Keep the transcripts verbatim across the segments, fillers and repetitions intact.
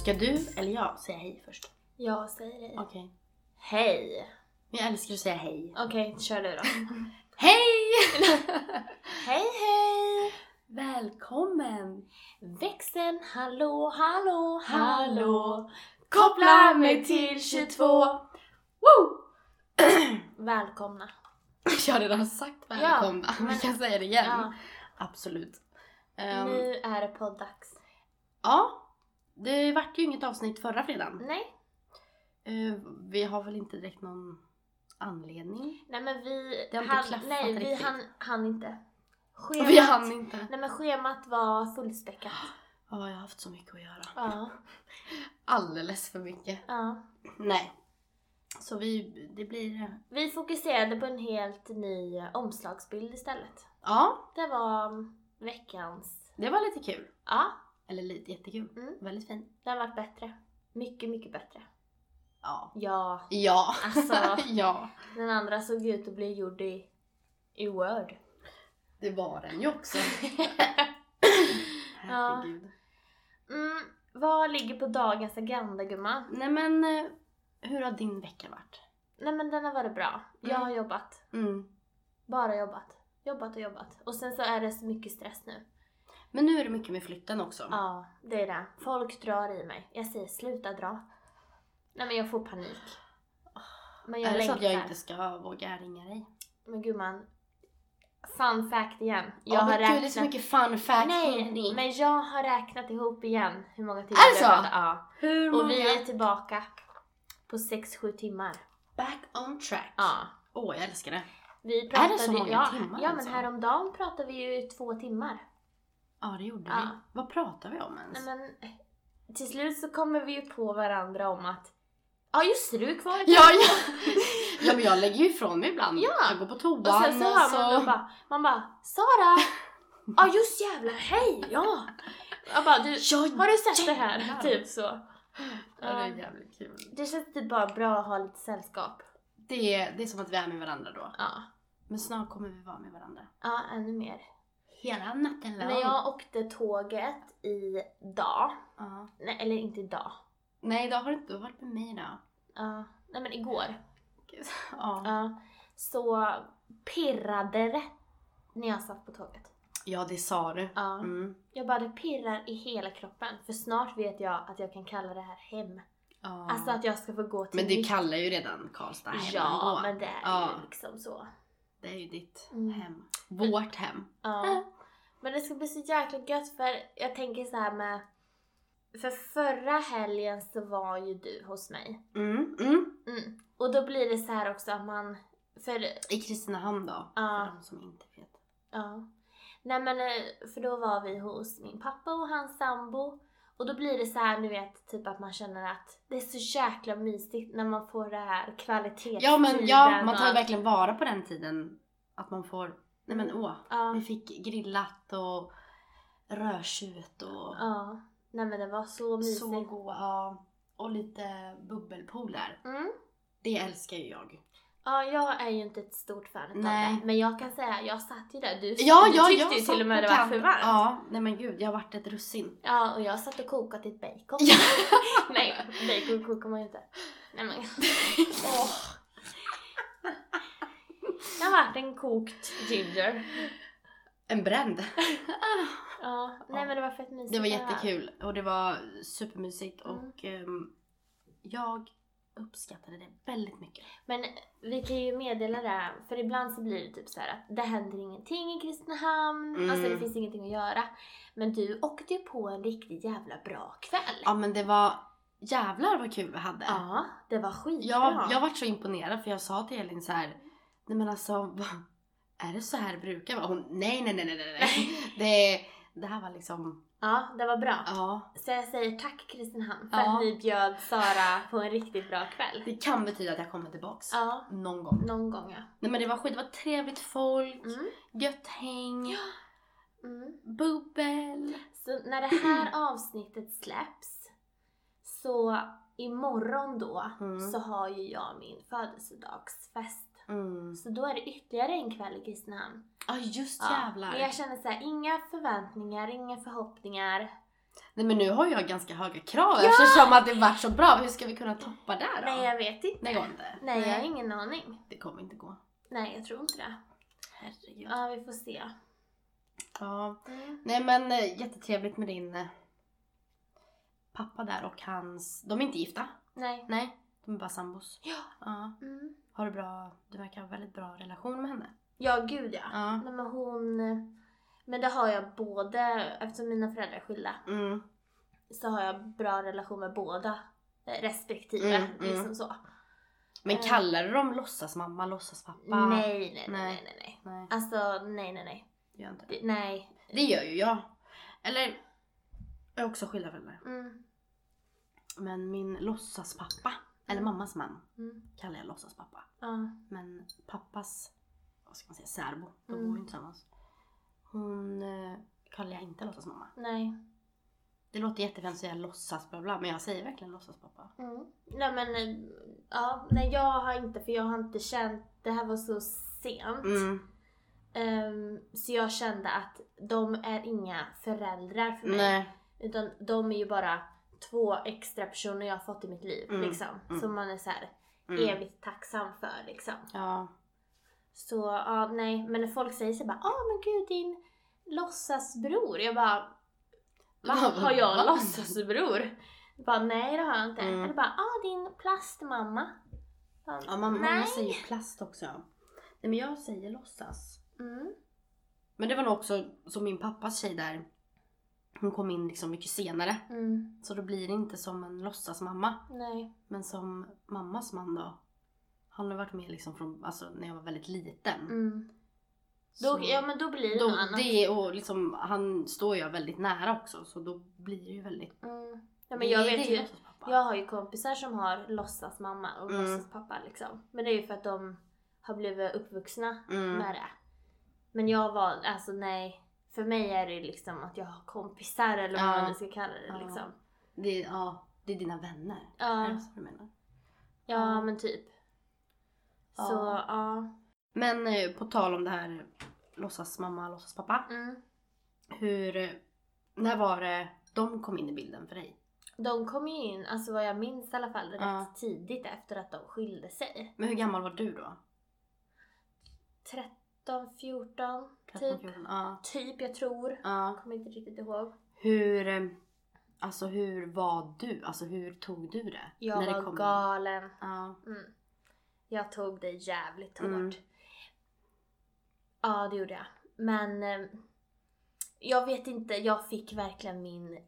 Ska du eller jag säga hej först? Jag säger hej. Okej. Okay. Hej. Jag älskar att säga hej. Okej, okay, kör du då. Hej! Hej, hej! Välkommen! Växeln, hallå, hallå, hallå. Koppla mig till tjugotvå. Woo! Välkomna. Jag har redan sagt välkomna. Ja, men... Vi kan säga det igen. Ja. Absolut. Um, nu är det podddags. Ja. Det vart ju inget avsnitt förra fredagen. Nej. Uh, vi har väl inte direkt någon anledning. Nej, men vi det har inte han, klaffat nej, riktigt. vi hann, hann inte. Schemat, vi hann inte. Nej, men schemat var fullspäckat. Ja, oh, jag har haft så mycket att göra. Ja. Alldeles för mycket. Ja. Nej. Så vi, det blir... Vi fokuserade på en helt ny omslagsbild istället. Ja. Det var veckans... Det var lite kul. Ja. Eller lite jättekul. Mm. Väldigt fin. Den har varit bättre. Mycket, mycket bättre. Ja. Ja. Ja. Alltså. Ja. Den andra såg ut att bli gjord i, i Word. Det var den ju också. Herregud. Ja. Mm, vad ligger på dagens agenda, gumma? Nej, men hur har din vecka varit? Nej, men den har varit bra. Jag mm. har jobbat. Mm. Bara jobbat. Jobbat och jobbat. Och sen så är det så mycket stress nu. Men nu är det mycket med flytten också. Ja, det är det. Folk drar i mig. Jag säger sluta dra. Nej, men jag får panik. Men jag är det längtar. så att jag inte ska våga ringa dig? Men gumman, fun fact igen. Jag oh, har men räknat... Gud, det är så mycket fun fact. Nej, men jag har räknat ihop igen hur många timmar. Är det så? Ja. Hur många? Och vi är tillbaka på sex sju timmar. Back on track. Ja. Åh, oh, jag älskar det. Vi pratade, är det så många ja, timmar? Ja, alltså? men häromdagen pratade vi ju två timmar. Ja, det gjorde ja. vi. Vad pratar vi om ens? Nej, men till slut så kommer vi ju på varandra om att ja, just det, du är kvar. Ja, ja. Ja, men jag lägger ju ifrån mig ibland. Ja. Jag går på toan och sen så, och hör så... man då bara, man bara, Sara! Ja, just jävlar, hej, ja! Jag bara, du, ja, har du sett det här? jävlar. Typ så. Ja, det är jävligt kul. Det känns typ bara bra att ha lite sällskap. Det är, det är som att vi är med varandra då. Ja. Men snart kommer vi vara med varandra. Ja, ännu mer. Hela natten lång. När jag åkte tåget idag. Ja. Nej, eller inte idag. Nej, idag har du inte varit med mig då. Ja, nej men igår. Ja. Ja. Så pirrade det när jag satt på tåget. Ja, det sa du. Ja. Mm. Jag bara, det pirrar i hela kroppen. För snart vet jag att jag kan kalla det här hem. Ja. Alltså att jag ska få gå till Men du mitt... kallar ju redan Karlstad hem. Ja, ändå. men det är ja. ju liksom så. Det är ju ditt Mm. hem. Vårt hem. Ja. Men det ska bli så jäkla gött, för jag tänker så här med... För förra helgen så var ju du hos mig. Mm. Mm. Mm. Och då blir det så här också att man... För... I Kristinehamn då. Ja. För de som inte vet. Ja. Nej, men för då var vi hos min pappa och hans sambo. Och då blir det så här, nu vet, typ att man känner att det är så jäkla mysigt när man får det här kvalitetstiden. Ja, men ja, man tar ju verkligen vara på den tiden. Att man får, nej men åh, ja. Vi fick grillat och rödtjut och... Ja, nej men det var så mysigt. Så goda, ja. Och lite bubbelpooler. Mm. Det älskar ju jag. Ja, jag är ju inte ett stort fan av nej. det. Men jag kan säga, jag satt ju där. Du, ja, du ja, tyckte jag ju till och med det var för varmt. Ja, nej men gud, jag har varit ett russin. Ja, och jag satt och kokade ett bacon. Nej, bacon kokar man ju inte. Nej men... Åh. Jag har varit en kokt ginger. En bränd. Ja, nej men det var fett mysigt. Det var jättekul och det var supermysigt mm. och um, jag uppskattade det väldigt mycket. Men vi kan ju meddela det, för ibland så blir det typ så här att det händer ingenting i Kristinehamn, mm. alltså det finns ingenting att göra. Men du åkte ju på en riktigt jävla bra kväll. Ja, men det var jävlar vad kul vi hade. Ja, det var skitbra. Jag, jag var så imponerad för jag sa till Elin så här, nej men alltså, är det så här det brukar vara? Hon, nej, nej, nej, nej, nej. det, det här var liksom... Ja, det var bra. Ja. Så jag säger tack Kristinehamn för ja. att ni bjöd Sara på en riktigt bra kväll. Det kan betyda att jag kommer tillbaks. Ja. Någon gång. Någon gång, ja. Nej men det var skit, det var trevligt folk, mm. gött häng, mm. bubbel. Så när det här avsnittet släpps, så imorgon då mm. så har ju jag min födelsedagsfest. Mm. Så då är det ytterligare en kväll i Kristinehamn. Ja, just ja. jävlar. Men jag känner så här, inga förväntningar, inga förhoppningar. Nej men nu har jag ganska höga krav ja! Eftersom att det var så bra. Hur ska vi kunna toppa där då? Nej jag vet inte. Det går inte. Nej, Nej jag har ingen aning. Det kommer inte gå. Nej jag tror inte det. Herregud. Ja vi får se. Ja. Mm. Nej men jättetrevligt med din eh, pappa där och hans... De är inte gifta. Nej. Nej. De är bara sambos. Ja. Ja. Mm. Har du bra... Du verkar ha väldigt bra relation med henne. Ja gud ja. Ja. Nej, men hon... Men det har jag både... Eftersom mina föräldrar är skilda. Mm. Så har jag bra relation med båda respektive. Mm, mm. Liksom så. Men kallar du dem låtsas mamma, låtsas pappa? Nej, nej, nej, nej, nej, nej. nej. Alltså, nej, nej, nej. Gör inte det. Nej. Det gör ju jag. Eller, jag är också skilda föräldrar. Mm. Men min låtsas pappa, eller mammas man, mm. kallar jag låtsas pappa. Ja. Men pappas, vad ska man säga, särbo, de Mm. bor ju inte tillsammans. Hon eh, kallar jag inte låtsas mamma. Nej. Det låter jättefint att säga låtsas bla bla, men jag säger verkligen låtsas pappa. Mm. Nej men, ja, nej jag har inte, för jag har inte känt, det här var så sent. Mm. Um, så jag kände att de är inga föräldrar för mig. Nej. Utan de är ju bara två extra personer jag har fått i mitt liv. Mm. Liksom, Mm. som man är så här Mm. evigt tacksam för liksom. Ja. Så ja, nej, men när folk säger så bara, ja ah, men gud din låtsasbror. Jag bara, va? Har jag en låtsasbror? Jag bara, nej det har jag inte. Mm. Eller bara, ah din plastmamma. Bara, Ja, man, nej. många säger ju plast också. Nej men jag säger låtsas. Mm. Men det var nog också som min pappas tjej där. Hon kom in liksom mycket senare. Mm. Så då blir det inte som en låtsasmamma. Nej. Men som mammas man då. Han har varit med liksom från, alltså när jag var väldigt liten. Mm. Så, Då, ja men då blir det då, något annat. det och liksom, han står ju väldigt nära också. Så då blir det ju väldigt... Mm. Ja, men jag det, vet det är ju, låtsaspappa. jag har ju kompisar som har låtsasmamma och Mm. låtsaspappa liksom. Men det är ju för att de har blivit uppvuxna Mm. med det. Men jag var, alltså nej. För mig är det liksom att jag har kompisar eller vad Ja. man nu ska kalla det Ja. liksom. Det, ja, det är dina vänner. Ja. Är det så du menar? Ja, Ja. men typ. Ja. Så, ja. Men eh, på tal om det här låtsas mamma, låtsas pappa. Mm. Hur, eh, när var det de kom in i bilden för dig? De kom ju in, alltså vad jag minns i alla fall, rätt Ja. tidigt efter att de skilde sig. Men hur gammal var du då? tretton, fjorton, tretton, typ. fjorton, ja. Typ, jag tror. Ja. Kommer inte riktigt ihåg. Hur, eh, alltså hur var du? Alltså hur tog du det? Jag när det var kom in? galen. Ja. Mm. Jag tog det jävligt hårt. Mm. Ja, det gjorde jag. Men eh, jag vet inte, jag fick verkligen min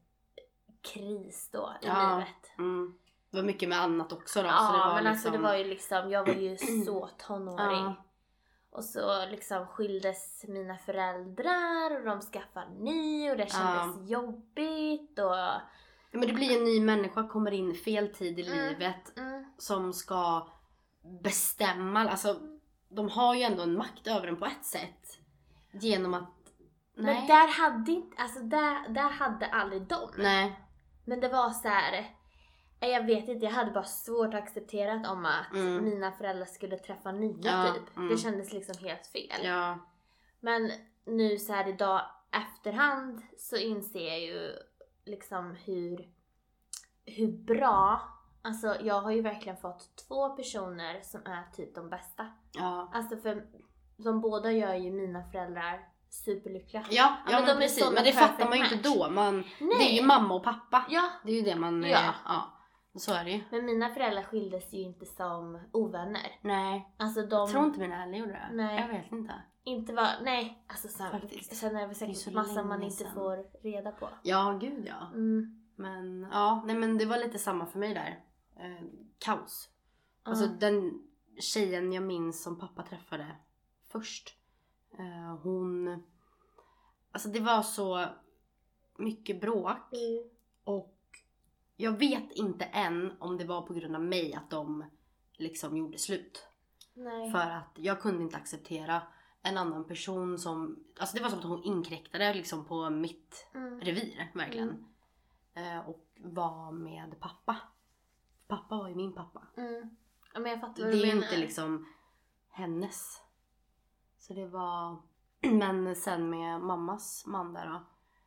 kris då i Ja. livet. Mm. Det var mycket med annat också då. Ja, så det var men liksom... alltså det var ju liksom, jag var ju så tonåring. Ja. Och så liksom skildes mina föräldrar och de skaffade ny och det kändes Ja. jobbigt och... Ja, men det blir en ny människa, kommer in fel tid i Mm. livet Mm. som ska bestämma. Alltså de har ju ändå en makt över den på ett sätt. Genom att... Nej. Men där hade inte, alltså där, där hade aldrig de. Nej. Men det var så här. Jag vet inte, jag hade bara svårt att acceptera att om att Mm. mina föräldrar skulle träffa nya Ja, typ. mm. Det kändes liksom helt fel. Ja. Men nu så här idag efterhand så inser jag ju liksom hur, hur bra, alltså jag har ju verkligen fått två personer som är typ de bästa. Ja. Alltså för de båda gör ju mina föräldrar superlyckliga. Ja, ja, men, men de är precis. såna Men det perfect fattar man ju inte match. då. Man, Nej. det är ju mamma och pappa. Ja, Det är ju det man... Ja. eh, ja. Så är det ju. men mina föräldrar skildes ju inte som ovänner. Nej. Alltså de Jag tror inte mina heller gjorde det. Nej. Jag vet inte. inte var, nej, alltså sen, Faktiskt. sen är det Det är säkert så massa man länge inte sedan. får reda på. Ja, gud ja. Mm. Men ja, nej men det var lite samma för mig där. Eh, kaos. Alltså Mm. den tjejen jag minns som pappa träffade först. Eh, hon... Alltså det var så mycket bråk. Mm. Och jag vet inte än om det var på grund av mig att de liksom gjorde slut. Nej. För att jag kunde inte acceptera en annan person som... Alltså det var som att hon inkräktade liksom på mitt Mm. revir, verkligen. Eh, och var med pappa. Pappa var ju min pappa. Mm. Ja, men jag fattar Det vad är du ju menar. inte liksom hennes. Så det var... Men sen med mammas man där då.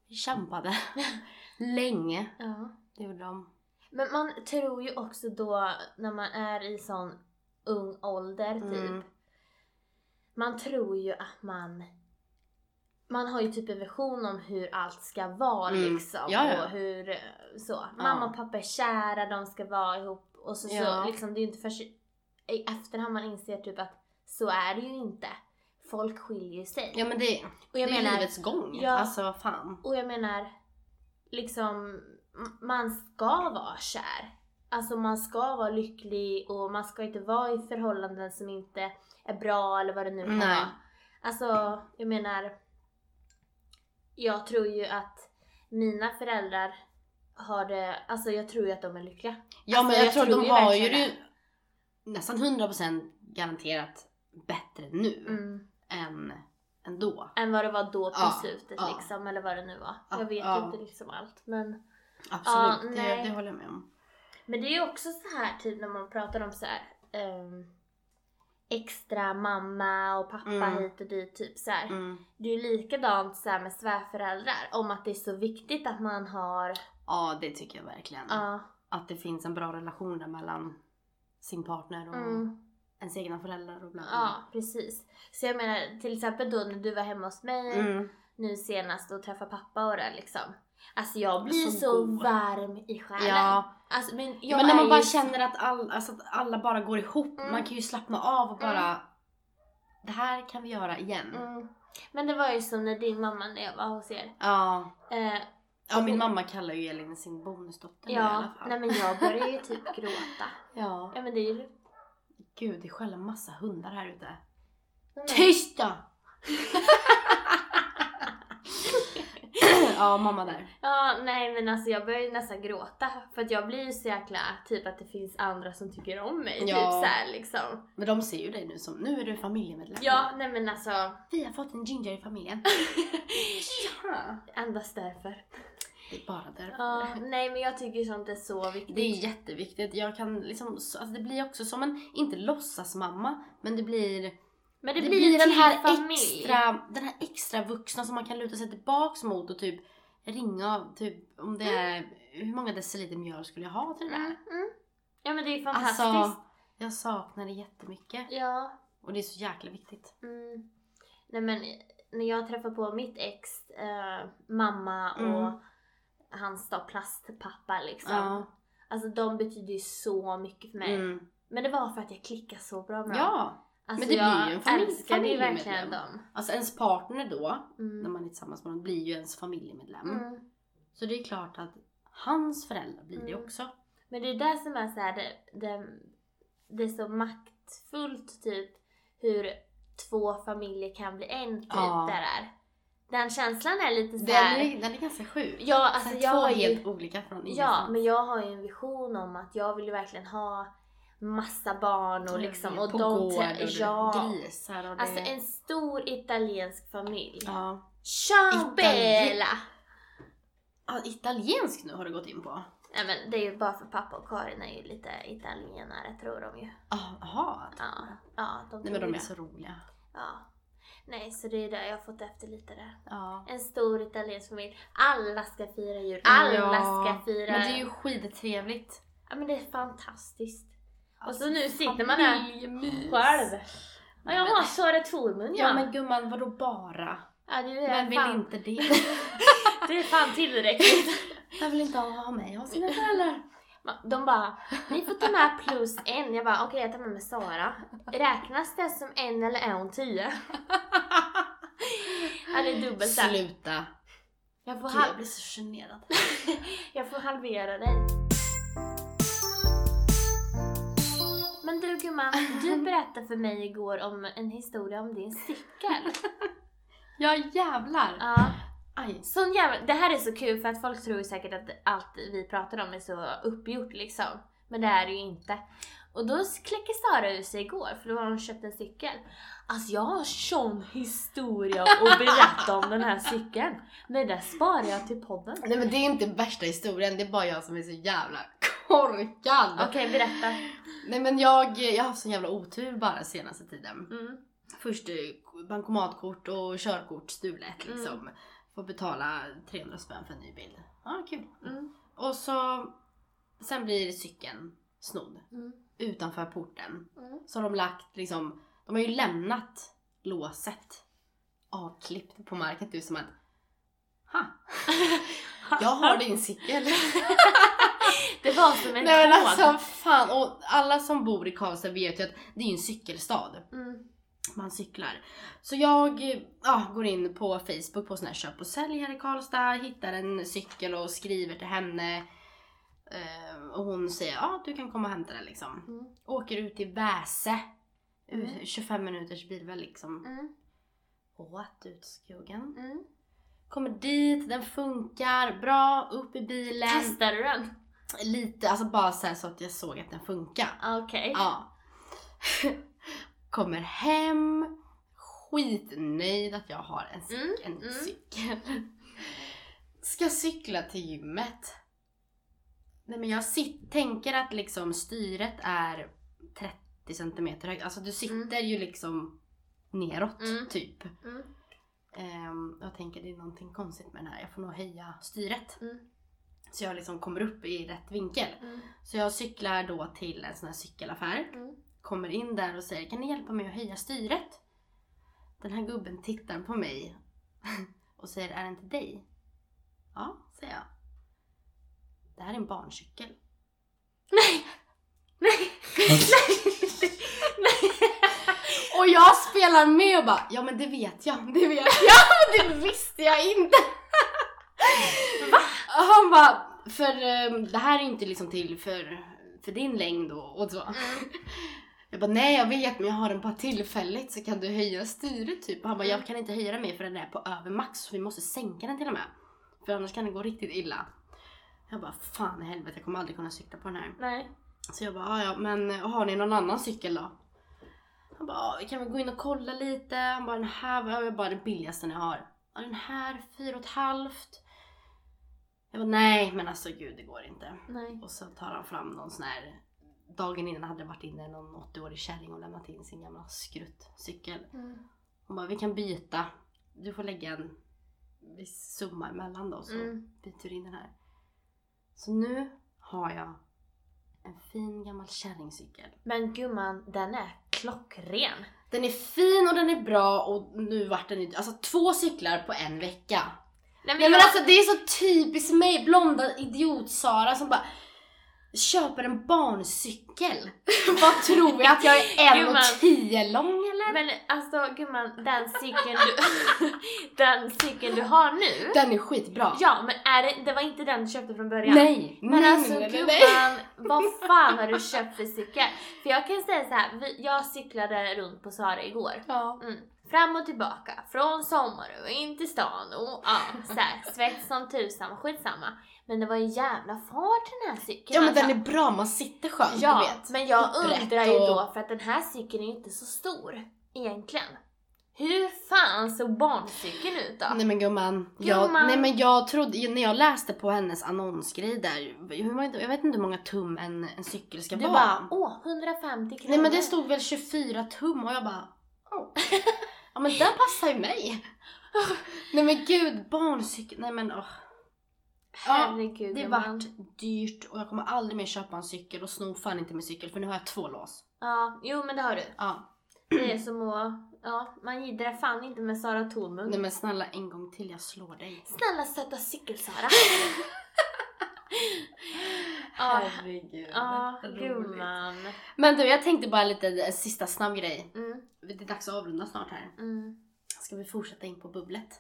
vi kämpade länge. Ja. Det gjorde de. Men man tror ju också då när man är i sån ung ålder typ. Mm. Man tror ju att man man har ju typ en vision om hur allt ska vara Mm. liksom. Ja, ja. Och hur så. Mamma och pappa är kära, de ska vara ihop. Och så, Ja. så liksom det är ju inte först i efterhand man inser typ att så är det ju inte. Folk skiljer sig. Ja men det, och jag det är menar, livets gång. Ja. Alltså vad fan. Och jag menar, liksom, m- man ska vara kär. Alltså man ska vara lycklig och man ska inte vara i förhållanden som inte är bra eller vad det nu kan Nej. vara. Alltså, jag menar, jag tror ju att mina föräldrar har det, alltså jag tror ju att de är lyckliga. Ja Alltså, men jag, jag tror tror de ju har ju verkligen det nästan hundra procent garanterat bättre nu Mm. än, än då. Än vad det var då på Ja, slutet ja. liksom, eller vad det nu var. Ja, jag vet ja. inte liksom allt, men Absolut, Ja, det, nej. det håller jag med om. Men det är ju också så här typ när man pratar om så här ehm, extra mamma och pappa Mm. hit och dit typ så här. Mm. Det är ju likadant så här med svärföräldrar om att det är så viktigt att man har Ja det tycker jag verkligen. ja Att det finns en bra relation där mellan sin partner och mm, ens egna föräldrar och bland ja precis. Så jag menar till exempel då när du var hemma hos mig Mm. nu senast och träffade pappa och det liksom. Alltså jag blir Så så, god. varm i själen. Ja. Alltså, men jag Ja, men när är man bara ju- känner att, all, alltså att alla bara går ihop. Mm. Man kan ju slappna av och bara Mm. det här kan vi göra igen. Mm. Men det var ju som när din mamma när jag var hos er. Ja. Eh, Ja min mamma kallar ju Elin sin bonusdotter nu i ja, alla fall. nej men jag började ju typ gråta. Ja. Ja men det är ju... Gud det skäller massa hundar här ute. Nej. Tyst då! Ja mamma där. Ja nej men alltså jag börjar ju nästan gråta. För att jag blir ju så jäkla typ att det finns andra som tycker om mig. Ja. Typ såhär liksom. Men de ser ju dig nu som, nu är du familjemedlem. Ja nej men alltså. Vi har fått en ginger i familjen. Ja. Endast därför. Det är bara därför. Ja, nej men jag tycker sånt är så viktigt. Det är jätteviktigt. Jag kan liksom, alltså det blir också som en, inte låtsasmamma, men det blir, Men det, det, blir, blir den till här familj. extra, den här extra vuxna som man kan luta sig tillbaks mot och typ ringa, typ om det är, hur många deciliter mjöl skulle jag ha till det där? Mm, mm. Ja men det är fantastiskt. Alltså, jag saknar det jättemycket. Ja. Och det är så jäkla viktigt. Mm. Nej men när jag träffar på mitt ex, eh, mamma och Mm. hans då plastpappa liksom. Ja. Alltså de betyder ju så mycket för mig. Mm. Men det var för att jag klickar så bra med dem. Ja, Alltså men det jag blir ju en familj- älskade ju verkligen familjemedlem. dem. alltså ens partner då, när Mm. man är tillsammans med dem, blir ju ens familjemedlem. Mm. Så det är klart att hans föräldrar blir det Mm. också. Men det är det som är så här, det, det, det är så maktfullt typ hur två familjer kan bli en typ Ja. där är. Den känslan är lite så Den här. är, den är ganska sjuk. Ja, Alltså alltså två jag har ju, helt olika från ja, ingenstans. men jag har ju en vision om att jag vill ju verkligen ha massa barn och Jag liksom vet, och på de gård trä- och ja. grisar och det. Alltså en stor italiensk familj. Ja. Ciao Italien- bella! Ja, italiensk nu har du gått in på. Nej men det är ju bara för pappa och Karin är ju lite italienare tror de ju. Jaha. Ja, ja de Nej tror men de ju är det. så roliga. Ja. Nej så det är det jag har fått efter lite där. Ja. En stor italiensk familj. Alla ska fira jul. Alla Ja, ska fira. Men det är ju skittrevligt. Ja men det är fantastiskt. Och Alltså, så nu sitter man där familjemys. själv. Ja, jag Men- har Sara Tormund Ja ja. men gumman, vadå bara? Ja, det är Vem vill fan, inte det? det är fan tillräckligt. Jag vill inte ha mig hos sina föräldrar. De bara, ni får ta med plus en. Jag bara, okej okay, jag tar med mig Sara. Räknas det som en eller en tio? Ja, det är dubbelt där. Sluta. Jag får, Gud, jag hal- blir så generad. jag får halvera dig. Men du gumman, du berättade för mig igår om en historia om din cykel. Ja jävlar. Ja. Aj. Sån jävla, det här är så kul för att folk tror ju säkert att allt vi pratar om är så uppgjort liksom. Men det är det ju inte. Och då kläcker Sara ur sig igår för då har hon köpt en cykel. Alltså jag har en sån historia att berätta om den här cykeln. Men det sparar jag till podden. Nej men det är inte värsta historien, det är bara jag som är så jävla korkad. Okej, okay, berätta. Nej men jag, jag har haft sån jävla otur bara senaste tiden. Mm. Först eh, bankomatkort och körkort stulet liksom. Mm. får betala trehundra spänn för en ny bil. Ja, kul. Mm. Och så sen blir cykeln snodd Mm. utanför porten. Mm. Så har de lagt liksom, de har ju lämnat låset avklippt på marken. Du som att, ha, jag har din cykel. Det var som en Nej men kod. alltså fan, och alla som bor i Karlstad vet ju att det är en cykelstad. Mm. Man cyklar. Så jag ja, går in på Facebook på sån här köp och sälj här i Karlstad, hittar en cykel och skriver till henne. Eh, och hon säger, ja du kan komma och hämta den liksom. Mm. Åker ut till Väse. Mm. tjugofem minuters bilväg liksom. Mm. Åt ut skogen. Mm. Kommer dit, den funkar bra, upp i bilen. Testar du den? Lite, alltså bara så, här så att jag såg att den funkar. Okej. Okay. Ja. Kommer hem, skitnöjd att jag har en, cyk- Mm, en mm. cykel. Ska cykla till gymmet. Nej men jag sit- tänker att liksom styret är trettio centimeter högt. Alltså du sitter Mm. ju liksom neråt Mm. typ. Mm. Um, jag tänker det är någonting konstigt med den här. Jag får nog höja styret. Mm. Så jag liksom kommer upp i rätt vinkel. Mm. Så jag cyklar då till en sån här cykelaffär. Mm. Kommer in där och säger, kan ni hjälpa mig att höja styret? Den här gubben tittar på mig och säger, är det inte dig? Ja, säger jag. Det här är en barncykel. Nej! Nej! Nej! Och jag spelar med och bara, ja men det vet jag, det vet jag, men det visste jag inte. Va? Han bara, för um, det här är inte liksom till för, för din längd och, och så. Mm. Jag bara, nej jag vet men jag har den bara tillfälligt så kan du höja styret typ. Och han bara, Mm. jag kan inte höja den mer för den är på över max så vi måste sänka den till och med. För annars kan det gå riktigt illa. Jag bara, fan i helvete jag kommer aldrig kunna cykla på den här. Nej. Så jag bara, ja men har ni någon annan cykel då? Han bara, vi kan väl gå in och kolla lite. Han bara, den här var bara det billigaste ni har. Ja, den här, fyra och ett halvt. Jag bara, nej men alltså gud det går inte. Nej. Och så tar han fram någon sån här, dagen innan hade varit inne någon åttioårig kärring och lämnat in sin gamla skruttcykel. Mm. Hon bara, vi kan byta. Du får lägga en viss summa emellan då så Mm. byter du in den här. Så nu har jag en fin gammal kärringcykel. Men gumman, den är klockren. Den är fin och den är bra och nu vart den ju, alltså två cyklar på en vecka. Nej, Nej men jag... alltså det är så typiskt mig, blonda idiot-Sara som bara köper en barncykel. Vad tror jag att jag är en Gumman. och tio lång eller? Men alltså gumman, den cykeln du den cykeln du har nu. Den är skitbra. Ja, men är det, det var inte den du köpte från början. Nej, Men nej, alltså nej, nej, gumman, nej. vad fan har du köpt för cykel? För jag kan säga så här, vi, jag cyklade runt på Sara igår. Ja. Mm. Fram och tillbaka, från sommar och in till stan och ja, så här, svett som tusan, skitsamma. Men det var en jävla fart den här cykeln. Ja men alltså. den är bra, man sitter skönt, Ja, du vet. men jag Brett undrar ju och- då, för att den här cykeln är ju inte så stor egentligen. Hur fan såg barncykeln ut då? Nej men gumman, jag, Gumman. nej men jag trodde, när jag läste på hennes annonsgrej där, hur många- jag vet inte hur många tum en, en cykel ska Du vara. bara, åh, hundrafemtio kronor. Nej men det stod väl tjugofyra tum och jag bara, oh. Ja men den passar ju mig. Nej men gud, barncykel, nej men åh. Herregud, Det gumman. vart dyrt och jag kommer aldrig mer köpa en cykel och sno fan inte med cykel för nu har jag två lås. Ja, jo men det har du. Ja. Det är som att, ja, man gidrar fan inte med Sara Thormund. Nej men snälla en gång till jag slår dig. Snälla söta cykel-Sara. Ja, Herregud. ja, roligt. gumman. Men du, jag tänkte bara lite en sista snabb grej. Mm, Det är dags att avrunda snart här. mm. Ska vi fortsätta in på bubblet?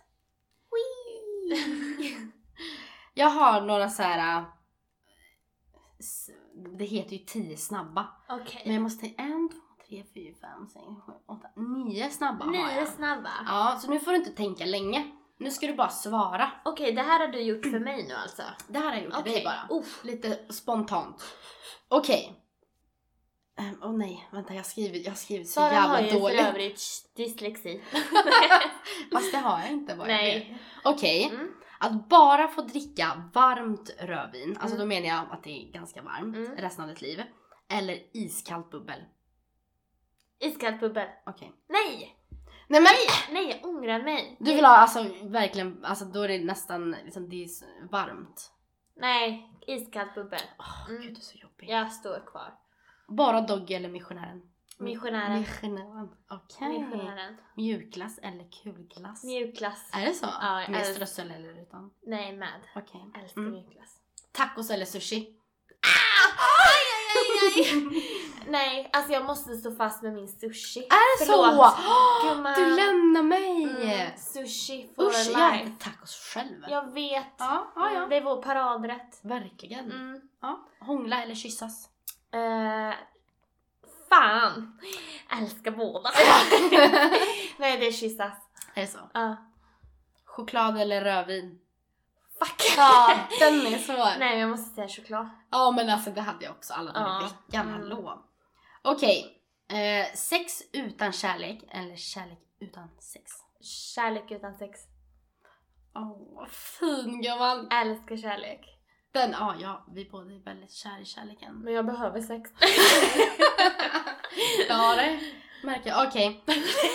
Jag har några så här. äh, s- Det heter ju tio snabba. Okej. Men jag måste tänka en, två, tre, fyra, fem, sex, sju, åtta, nio snabba har Nio jag. snabba. Ja, så nu får du inte tänka länge. Nu ska du bara svara. Okej, det här har du gjort för mig nu alltså. Det här har jag gjort till Okej. dig bara. Uff. Lite spontant. Okej. Åh oh, nej, vänta jag har skrivit, jag har skrivit så Sara har jävla ju dåligt. för övrigt dyslexi. Fast det har jag inte. Vad jag vet. Nej. Okej, Mm. att bara få dricka varmt rödvin, alltså Mm. då menar jag att det är ganska varmt Mm. resten av ditt liv. Eller iskallt bubbel. Iskallt bubbel. Okej. Nej! Nej men Nej, jag ångrar mig. du vill ha alltså verkligen, alltså då är det nästan liksom, det är så varmt. Nej, iskallt bubbel. Åh Mm. gud det är så jobbigt. Jag står kvar. Bara Doggy eller missionären? Missionären. Missionären. Okej. Missionären. Mjukglass eller kulglass? Mjukglass. Är det så? Ja, jag med älskar- strössel eller utan? Nej, med. Okej. Älskar Mm. mjukglass. Tacos eller sushi? Nej, alltså jag måste stå fast med min sushi. Är det Förlåt. så? Gumman. Du lämnar mig! Mm, sushi for Usch, jag life. äter tacos själv. Jag vet. Ja, ja, ja. Det är vår paradrätt. Verkligen. Mm. Ja. Hångla eller kyssas? Uh, fan. Älskar båda. Nej, det är kyssas. Är det så? Ja. Choklad eller rödvin? Fuck. Ja, den är svår. Nej, jag måste säga choklad. Ja, men alltså det hade jag också alla dagar i Ja. veckan. Mm. Hallå. Okej. Eh, sex utan kärlek eller kärlek utan sex? Kärlek utan sex. Åh, oh, fin gumman. Älskar kärlek. Den, ja, ja, vi båda är väldigt kär i kärleken. Men jag behöver sex. Ja, det märker jag. Okej.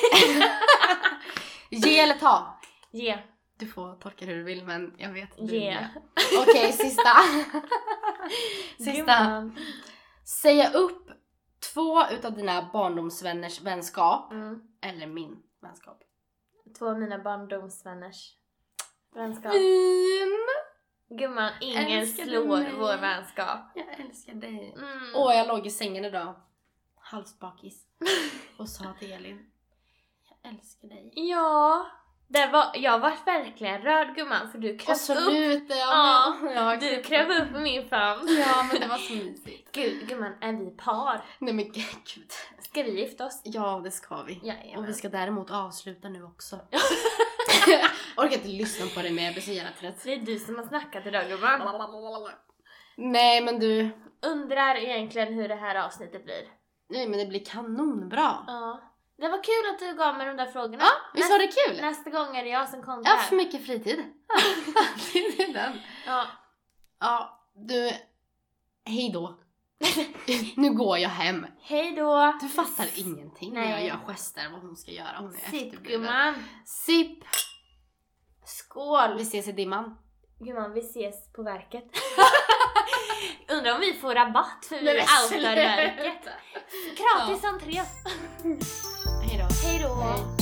Ge eller ta? Ge. Du får tolka hur du vill, men jag vet du Ge. vill. Okej, sista. Sista. Gumman. Säga upp två utav dina barndomsvänners vänskap Mm. eller min vänskap. Två av mina barndomsvänners vänskap. Fin! Gumman, ingen Älskar du slår mig? vår vänskap. Jag älskar dig. Mm. Åh, jag låg i sängen idag. Halvsbakis. Och sa till Elin. Jag älskar dig. Ja, det var, jag var verkligen rörd gumman, för du Och kröp så upp. lutar jag. Ja, Ja, Du kröp upp i min famn. Ja, men det var så mysigt. Gud, gumman, är vi par? Nej men gud. Ska vi gifta oss? Ja, det ska vi. Jajamän. Och vi ska däremot avsluta nu också. Jag orkar inte lyssna på det mer, jag blir så jävla trött. Det är du som har snackat idag gumman. Nej men du. Undrar egentligen hur det här avsnittet blir. Nej men det blir kanonbra. Ja. Det var kul att du gav mig de där frågorna. Ja, visst var det kul? Nästa gång är det jag som kommer Jag har här. för mycket fritid. Det är den. Ja. Ja, du. Hej då. Nu går jag hem. Hej då. Du fattar ingenting när Nej. jag gör gester vad hon ska göra. Hon är Sipp efterbliven. gumman. Sipp. Skål. Vi ses i dimman. Gumman, vi ses på verket. Undrar om vi får rabatt för vi Nej, men outar verket. Gratis entré. Hej då. Hej då. Hej.